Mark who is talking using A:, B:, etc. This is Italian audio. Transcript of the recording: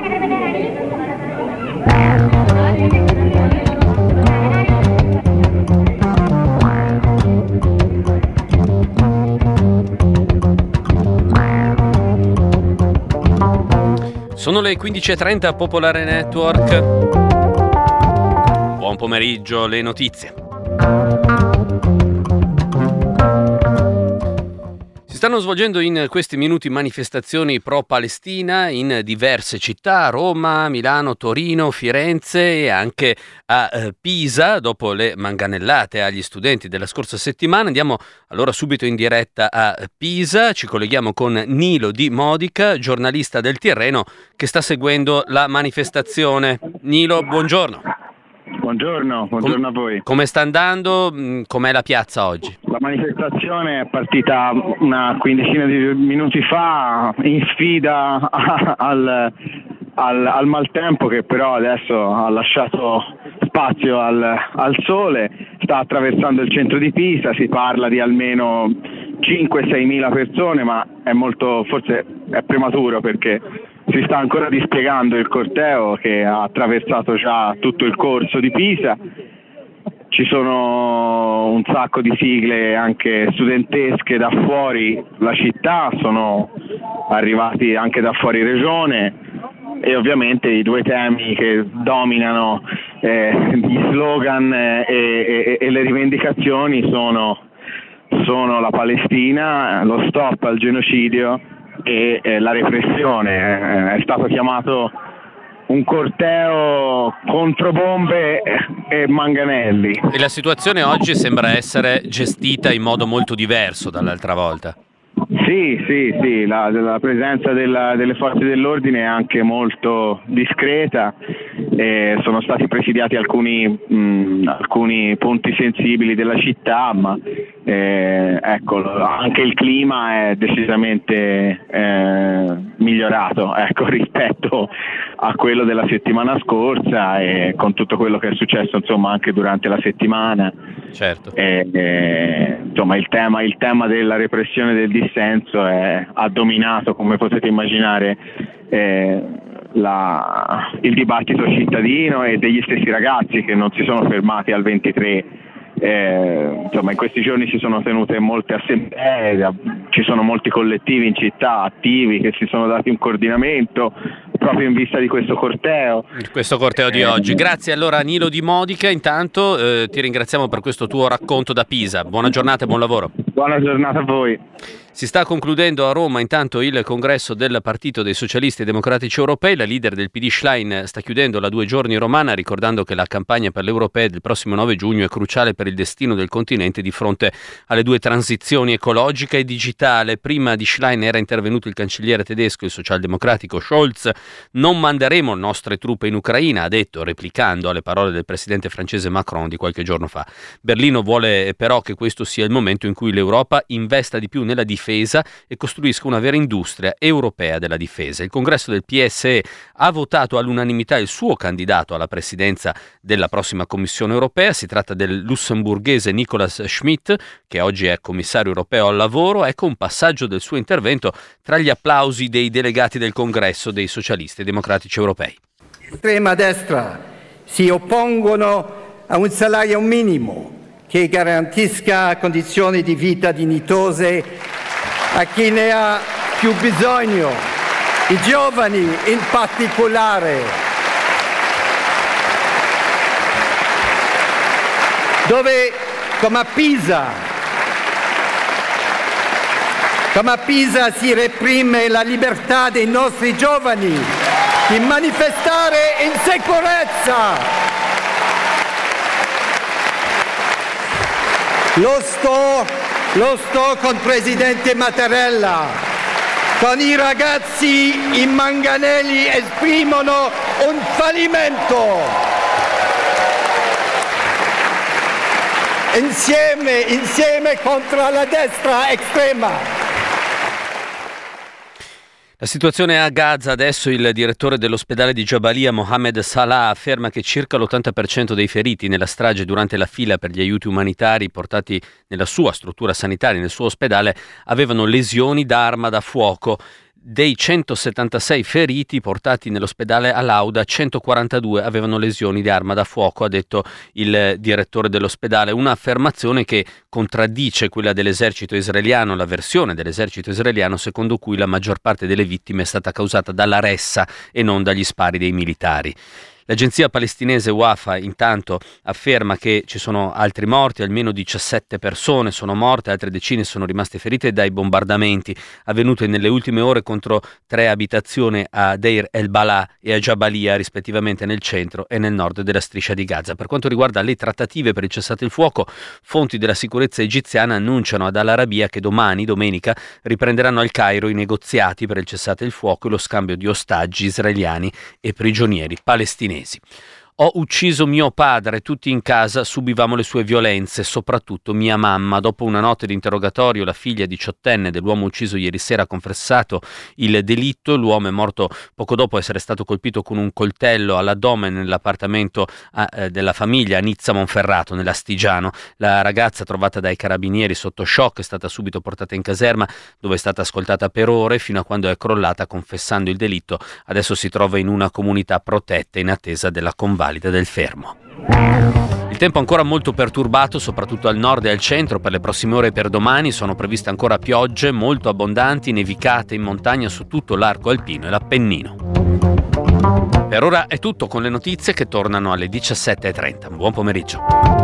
A: Sono le 15.30 a Popolare Network. Buon pomeriggio, le notizie. Si stanno svolgendo in questi minuti manifestazioni pro-Palestina in diverse città, Roma, Milano, Torino, Firenze e anche a Pisa, dopo le manganellate agli studenti della scorsa settimana. Andiamo allora subito in diretta a Pisa, ci colleghiamo con Nilo Di Modica, giornalista del Tirreno, che sta seguendo la manifestazione. Nilo, buongiorno.
B: Buongiorno a voi.
A: Come sta andando? Com'è la piazza oggi?
B: La manifestazione è partita una quindicina di minuti fa in sfida al maltempo, che però adesso ha lasciato spazio al sole. Sta attraversando il centro di Pisa, si parla di almeno 5-6 mila persone, ma forse è prematuro perché si sta ancora dispiegando il corteo che ha attraversato già tutto il corso di Pisa. Ci sono un sacco di sigle anche studentesche da fuori la città, sono arrivati anche da fuori regione, e ovviamente i due temi che dominano gli slogan e le rivendicazioni sono la Palestina, lo stop al genocidio e la repressione. È stato chiamato un corteo contro bombe e manganelli.
A: E la situazione oggi sembra essere gestita in modo molto diverso dall'altra volta.
B: Sì, la presenza delle forze dell'ordine è anche molto discreta, sono stati presidiati alcuni punti sensibili della città, ma anche il clima è decisamente migliorato rispetto a quello della settimana scorsa, e con tutto quello che è successo anche durante la settimana.
A: Certo.
B: Il tema della repressione del dissenso ha dominato, come potete immaginare, il dibattito cittadino e degli stessi ragazzi che non si sono fermati al 23. In questi giorni si sono tenute molte assemblee, ci sono molti collettivi in città attivi che si sono dati un coordinamento proprio in vista di questo corteo.
A: Di oggi. Grazie allora Nilo Di Modica, intanto ti ringraziamo per questo tuo racconto da Pisa. Buona giornata e buon lavoro.
B: Buona giornata a voi.
A: Si sta concludendo a Roma intanto il congresso del Partito dei Socialisti e Democratici Europei. La leader del PD Schlein sta chiudendo la 2 giorni romana, ricordando che la campagna per le europee del prossimo 9 giugno è cruciale per il destino del continente di fronte alle due transizioni ecologica e digitale. Prima di Schlein era intervenuto il cancelliere tedesco, il socialdemocratico Scholz. Non manderemo le nostre truppe in Ucraina, ha detto, replicando alle parole del presidente francese Macron di qualche giorno fa. Berlino vuole però che questo sia il momento in cui l'Europa investa di più nella difesa e costruisca una vera industria europea della difesa. Il congresso del PSE ha votato all'unanimità il suo candidato alla presidenza della prossima Commissione europea. Si tratta del lussemburghese Nicolas Schmit, che oggi è commissario europeo al lavoro. Ecco un passaggio del suo intervento tra gli applausi dei delegati del congresso dei socialisti e democratici europei.
C: L'estrema destra si oppongono a un salario minimo che garantisca condizioni di vita dignitose a chi ne ha più bisogno, i giovani in particolare. Dove, come a Pisa si reprime la libertà dei nostri giovani di manifestare in sicurezza. Lo sto con il presidente Mattarella, con i ragazzi in manganelli esprimono un fallimento. Insieme contro la destra estrema.
A: La situazione a Gaza, adesso il direttore dell'ospedale di Jabalia, Mohammed Salah, afferma che circa l'80% dei feriti nella strage durante la fila per gli aiuti umanitari portati nella sua struttura sanitaria, nel suo ospedale, avevano lesioni da arma da fuoco. Dei 176 feriti portati nell'ospedale all'Auda, 142 avevano lesioni di arma da fuoco, ha detto il direttore dell'ospedale, un'affermazione che contraddice quella dell'esercito israeliano, la versione dell'esercito israeliano secondo cui la maggior parte delle vittime è stata causata dalla ressa e non dagli spari dei militari. L'agenzia palestinese Wafa intanto afferma che ci sono altri morti, almeno 17 persone sono morte, altre decine sono rimaste ferite dai bombardamenti avvenuti nelle ultime ore contro 3 abitazioni a Deir el-Balah e a Jabalia, rispettivamente nel centro e nel nord della striscia di Gaza. Per quanto riguarda le trattative per il cessate il fuoco, fonti della sicurezza egiziana annunciano ad Al Arabiya che domenica, riprenderanno al Cairo i negoziati per il cessate il fuoco e lo scambio di ostaggi israeliani e prigionieri palestinesi. Ho ucciso mio padre, tutti in casa subivamo le sue violenze, soprattutto mia mamma. Dopo una notte di interrogatorio, la figlia 18enne dell'uomo ucciso ieri sera ha confessato il delitto. L'uomo è morto poco dopo essere stato colpito con un coltello all'addome nell'appartamento della famiglia a Nizza Monferrato, nell'Astigiano. La ragazza, trovata dai carabinieri sotto shock, è stata subito portata in caserma, dove è stata ascoltata per ore fino a quando è crollata confessando il delitto. Adesso si trova in una comunità protetta in attesa della convalida del fermo. Il tempo ancora molto perturbato, soprattutto al nord e al centro. Per le prossime ore e per domani sono previste ancora piogge molto abbondanti, nevicate in montagna su tutto l'arco alpino e l'Appennino. Per ora è tutto, con le notizie che tornano alle 17:30. Buon pomeriggio.